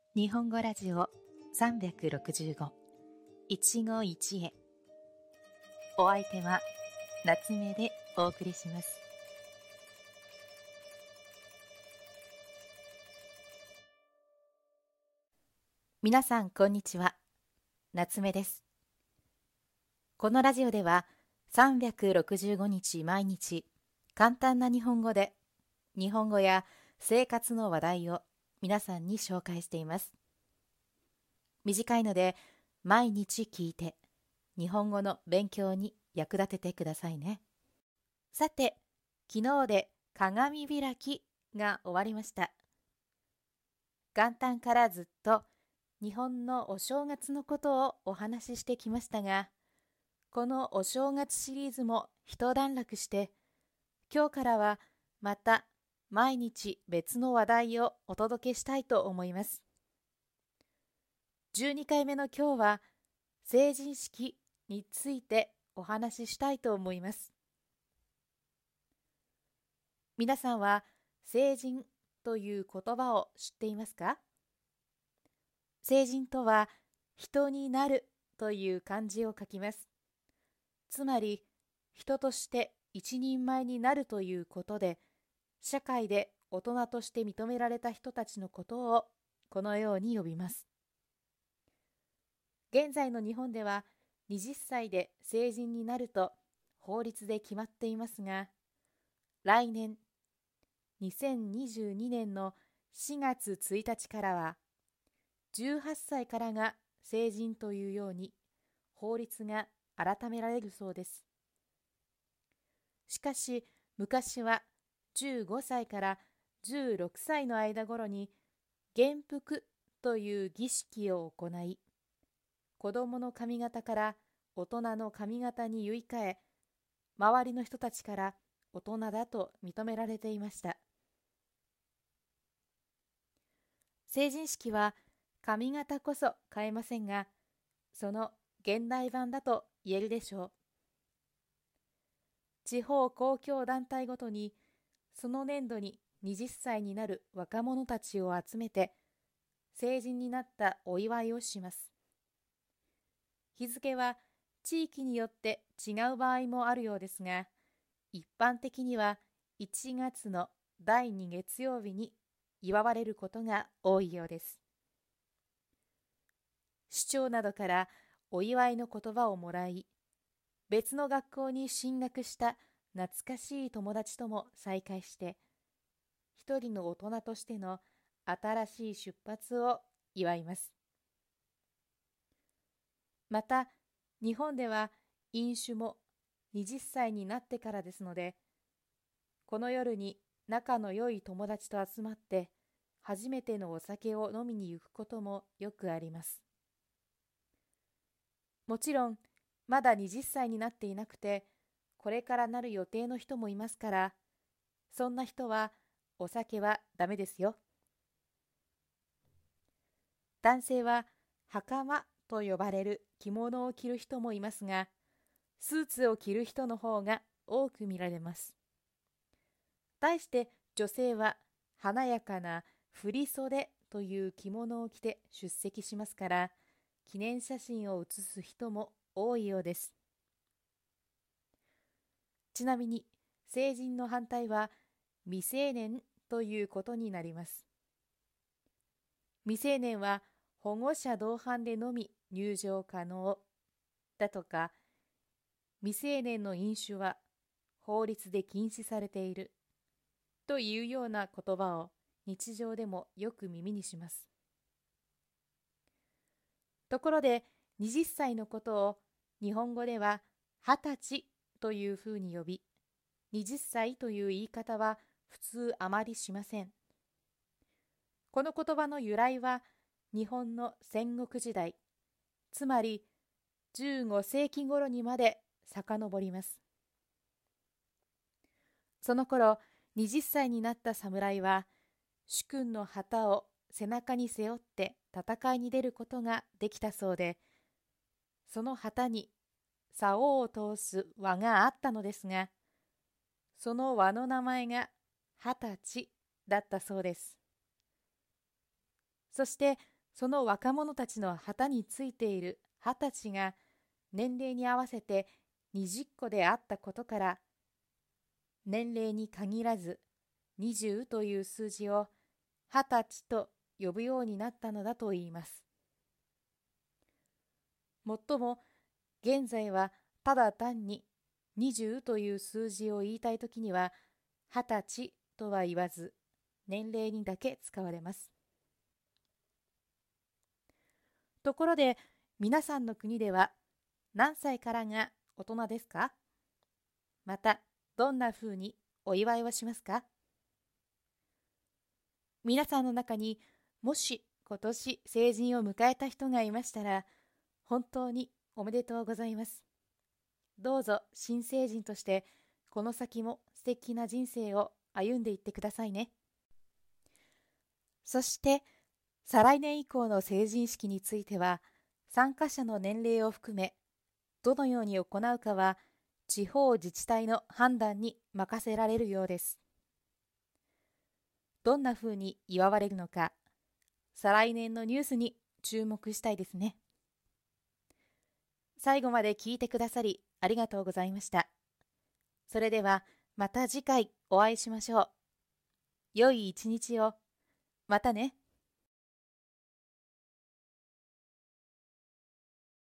日本語ラジオ365一期一会。お相手は夏目でお送りします。皆さんこんにちは、夏目です。このラジオでは365日毎日簡単な日本語で日本語や生活の話題を皆さんに紹介しています。短いので毎日聞いて日本語の勉強に役立ててくださいね。さて、昨日で鏡開きが終わりました。元旦からずっと日本のお正月のことをお話ししてきましたが、このお正月シリーズも一段落して、今日からはまた毎日別の話題をお届けしたいと思います。12回目の今日は成人式についてお話ししたいと思います。皆さんは成人という言葉を知っていますか？成人とは人になるという漢字を書きます。つまり人として一人前になるということで、社会で大人として認められた人たちのことをこのように呼びます。現在の日本では20歳で成人になると法律で決まっていますが、来年2022年の4月1日からは18歳からが成人というように法律が改められるそうです。しかし昔は15歳から16歳の間頃に元服という儀式を行い、子供の髪型から大人の髪型に結い替え、周りの人たちから大人だと認められていました。成人式は髪型こそ変えませんが、その現代版だと言えるでしょう。地方公共団体ごとにその年度に20歳になる若者たちを集めて成人になったお祝いをします。日付は地域によって違う場合もあるようですが、一般的には1月の第2月曜日に祝われることが多いようです。市長などからお祝いの言葉をもらい、別の学校に進学した懐かしい友達とも再会して、一人の大人としての新しい出発を祝います。また、日本では飲酒も20歳になってからですので、この夜に仲の良い友達と集まって初めてのお酒を飲みに行くこともよくあります。もちろんまだ20歳になっていなくてこれからなる予定の人もいますから、そんな人はお酒はダメですよ。男性は袴と呼ばれる着物を着る人もいますが、スーツを着る人の方が多く見られます。対して女性は華やかな振袖という着物を着て出席しますから、記念写真を写す人も多いようです。ちなみに成人の反対は未成年ということになります。未成年は保護者同伴でのみ入場可能だとか、未成年の飲酒は法律で禁止されているというような言葉を日常でもよく耳にします。ところで20歳のことを日本語では20歳というふうに呼び、20歳という言い方は普通あまりしません。この言葉の由来は日本の戦国時代、つまり15世紀頃にまで遡ります。その頃、20歳になった侍は主君の旗を背中に背負って戦いに出ることができたそうで、その旗に竿を通す輪があったのですが、その輪の名前が20歳だったそうです。そしてその若者たちの旗についている20歳が年齢に合わせて20個であったことから、年齢に限らず20という数字を20歳と呼ぶようになったのだといいます。もっとも、現在はただ単に20という数字を言いたいときには、20歳とは言わず、年齢にだけ使われます。ところで、皆さんの国では何歳からが大人ですか？また、どんなふうにお祝いをしますか？皆さんの中にもし今年成人を迎えた人がいましたら、本当におめでとうございます。どうぞ新成人としてこの先も素敵な人生を歩んでいってくださいね。そして再来年以降の成人式については、参加者の年齢を含めどのように行うかは地方自治体の判断に任せられるようです。どんなふうに祝われるのか、再来年のニュースに注目したいですね。最後まで聞いてくださりありがとうございました。それではまた次回お会いしましょう。良い一日を。またね。